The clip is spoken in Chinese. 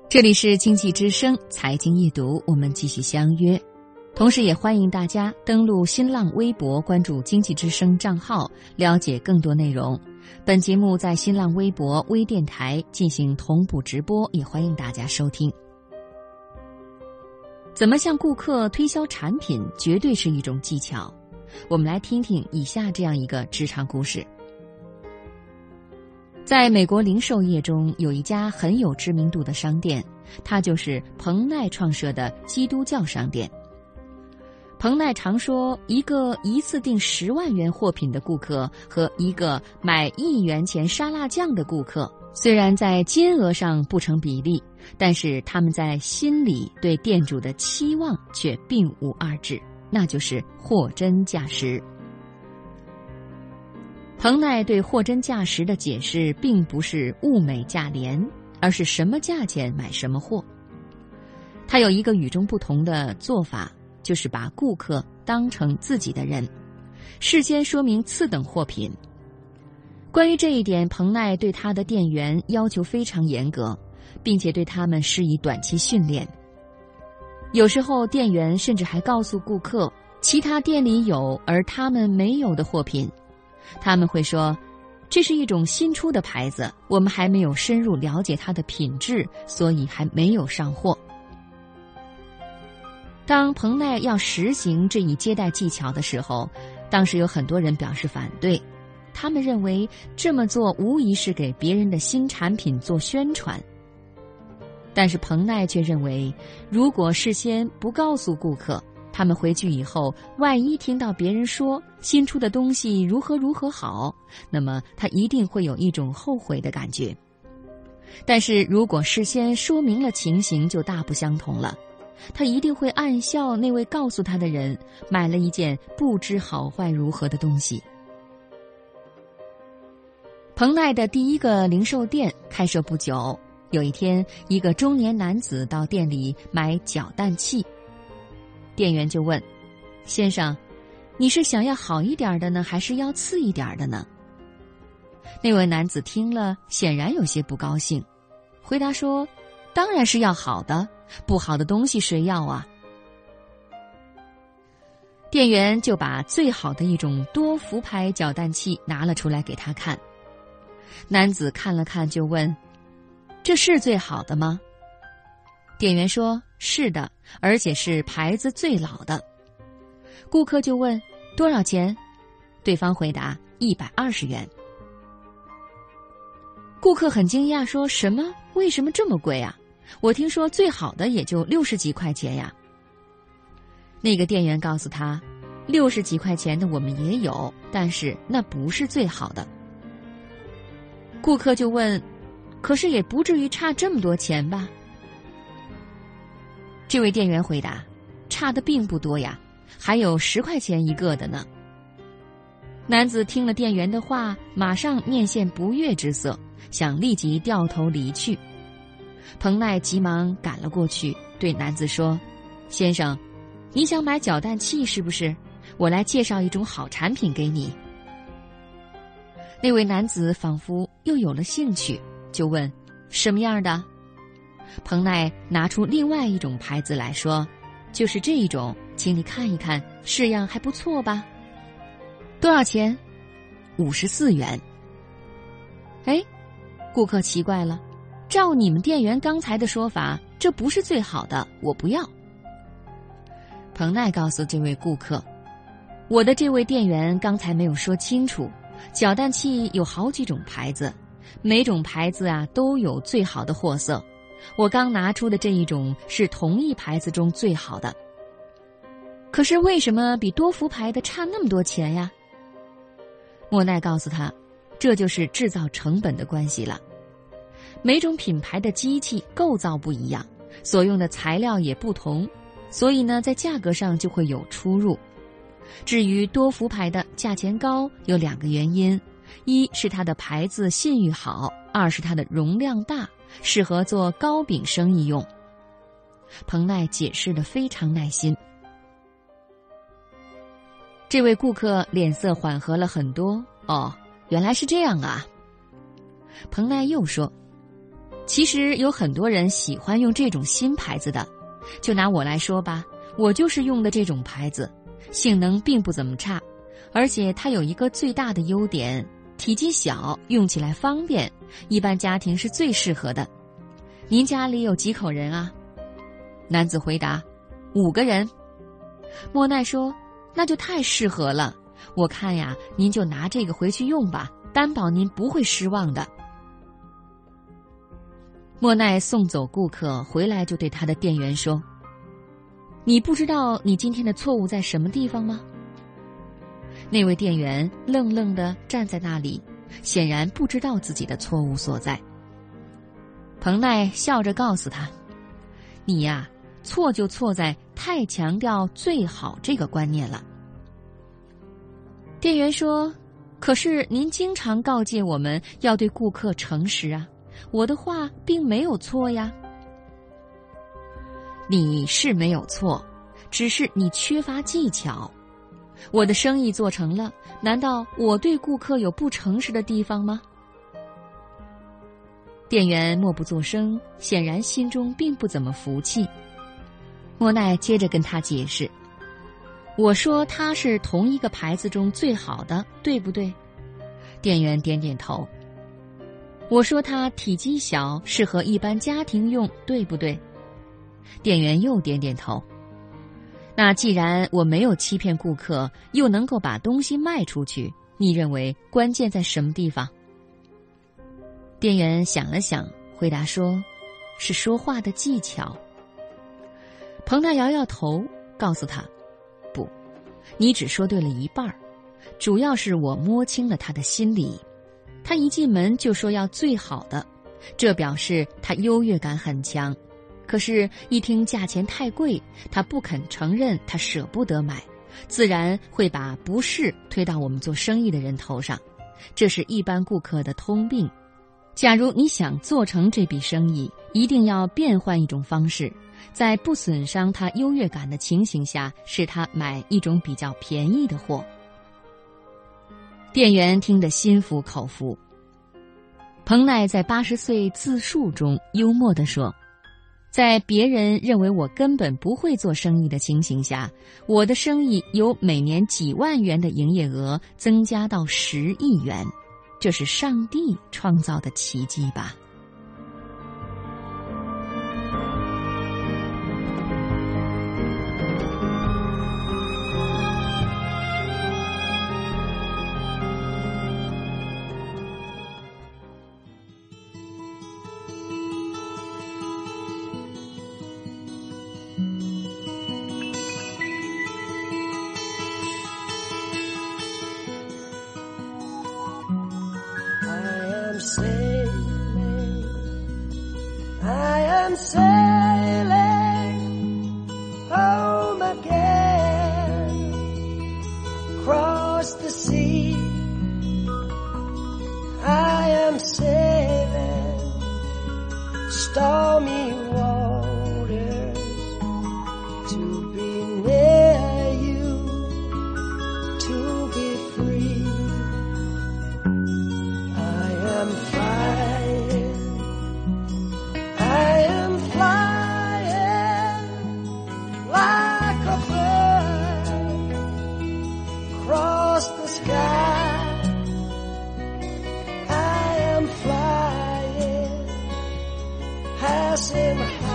这里是经济之声财经夜读，我们继续相约。同时也欢迎大家登录新浪微博，关注经济之声账号，了解更多内容。本节目在新浪微博、微电台进行同步直播，也欢迎大家收听。怎么向顾客推销产品，绝对是一种技巧。我们来听听以下这样一个职场故事。在美国零售业中，有一家很有知名度的商店，它就是彭奈创设的基督教商店。彭奈常说，一个一次订10万元货品的顾客和一个买1元钱沙拉酱的顾客，虽然在金额上不成比例，但是他们在心里对店主的期望却并无二致，那就是货真价实。彭奈对货真价实的解释并不是物美价廉，而是什么价钱买什么货。他有一个与众不同的做法，就是把顾客当成自己的人，事先说明次等货品。关于这一点，彭奈对他的店员要求非常严格，并且对他们施以短期训练。有时候店员甚至还告诉顾客，其他店里有而他们没有的货品。他们会说，这是一种新出的牌子，我们还没有深入了解它的品质，所以还没有上货。当彭奈要实行这一接待技巧的时候，当时有很多人表示反对，他们认为这么做无疑是给别人的新产品做宣传。但是彭奈却认为，如果事先不告诉顾客，他们回去以后万一听到别人说新出的东西如何如何好，那么他一定会有一种后悔的感觉。但是如果事先说明了情形，就大不相同了，他一定会暗笑那位告诉他的人买了一件不知好坏如何的东西。彭奈的第一个零售店开设不久，有一天，一个中年男子到店里买搅蛋器。店员就问，先生，你是想要好一点的呢，还是要次一点的呢？那位男子听了显然有些不高兴，回答说，当然是要好的，不好的东西谁要啊？店员就把最好的一种多氟牌搅蛋器拿了出来给他看。男子看了看就问，这是最好的吗？店员说，是的，而且是牌子最老的。顾客就问，多少钱？对方回答120元。顾客很惊讶，说，什么？为什么这么贵啊？我听说最好的也就60几块钱呀。那个店员告诉他，60几块钱的我们也有，但是那不是最好的。顾客就问，可是也不至于差这么多钱吧？这位店员回答，差的并不多呀，还有10块钱一个的呢。男子听了店员的话，马上面现不悦之色，想立即掉头离去。彭奈急忙赶了过去，对男子说，先生，你想买搅蛋器是不是？我来介绍一种好产品给你。那位男子仿佛又有了兴趣，就问，什么样的？彭奈拿出另外一种牌子来说，就是这一种，请你看一看，式样还不错吧？多少钱？54元。哎，顾客奇怪了，照你们店员刚才的说法，这不是最好的，我不要。彭奈告诉这位顾客，我的这位店员刚才没有说清楚，搅蛋器有好几种牌子，每种牌子啊都有最好的货色，我刚拿出的这一种是同一牌子中最好的。可是为什么比多氟牌的差那么多钱呀？莫奈告诉他，这就是制造成本的关系了。每种品牌的机器构造不一样，所用的材料也不同，所以呢，在价格上就会有出入。至于多氟牌的价钱高，有2个原因，一是它的牌子信誉好，二是它的容量大，适合做糕饼生意用。彭奈解释得非常耐心。这位顾客脸色缓和了很多，哦，原来是这样啊。彭奈又说， 其实有很多人喜欢用这种新牌子的，就拿我来说吧，我就是用的这种牌子，性能并不怎么差，而且它有一个最大的优点，体积小，用起来方便，一般家庭是最适合的。您家里有几口人啊？男子回答：5个人。莫奈说：那就太适合了，我看呀，您就拿这个回去用吧，担保您不会失望的。莫奈送走顾客回来，就对他的店员说：你不知道你今天的错误在什么地方吗？那位店员愣愣地站在那里，显然不知道自己的错误所在。彭奈笑着告诉他：你呀，错就错在太强调最好这个观念了。店员说：可是您经常告诫我们要对顾客诚实啊，我的话并没有错呀。你是没有错，只是你缺乏技巧。我的生意做成了，难道我对顾客有不诚实的地方吗？店员默不作声，显然心中并不怎么服气。莫奈接着跟他解释：我说它是同一个牌子中最好的，对不对？店员点点头。我说它体积小，适合一般家庭用，对不对？店员又点点头。那既然我没有欺骗顾客，又能够把东西卖出去，你认为关键在什么地方？店员想了想，回答说：是说话的技巧。彭奈摇摇头，告诉他：不，你只说对了一半，主要是我摸清了他的心理。他一进门就说要最好的，这表示他优越感很强。可是一听价钱太贵，他不肯承认，他舍不得买，自然会把不是推到我们做生意的人头上。这是一般顾客的通病。假如你想做成这笔生意，一定要变换一种方式，在不损伤他优越感的情形下，使他买一种比较便宜的货。店员听得心服口服。彭奈在80岁自述中幽默地说：在别人认为我根本不会做生意的情形下，我的生意由每年几万元的营业额增加到10亿元，这是上帝创造的奇迹吧。 I am sailing home again, across the sea. I am sailing stormy waters to be near you, to be free. I am flying, I am flying like a bird across the sky. I am flying, passing high.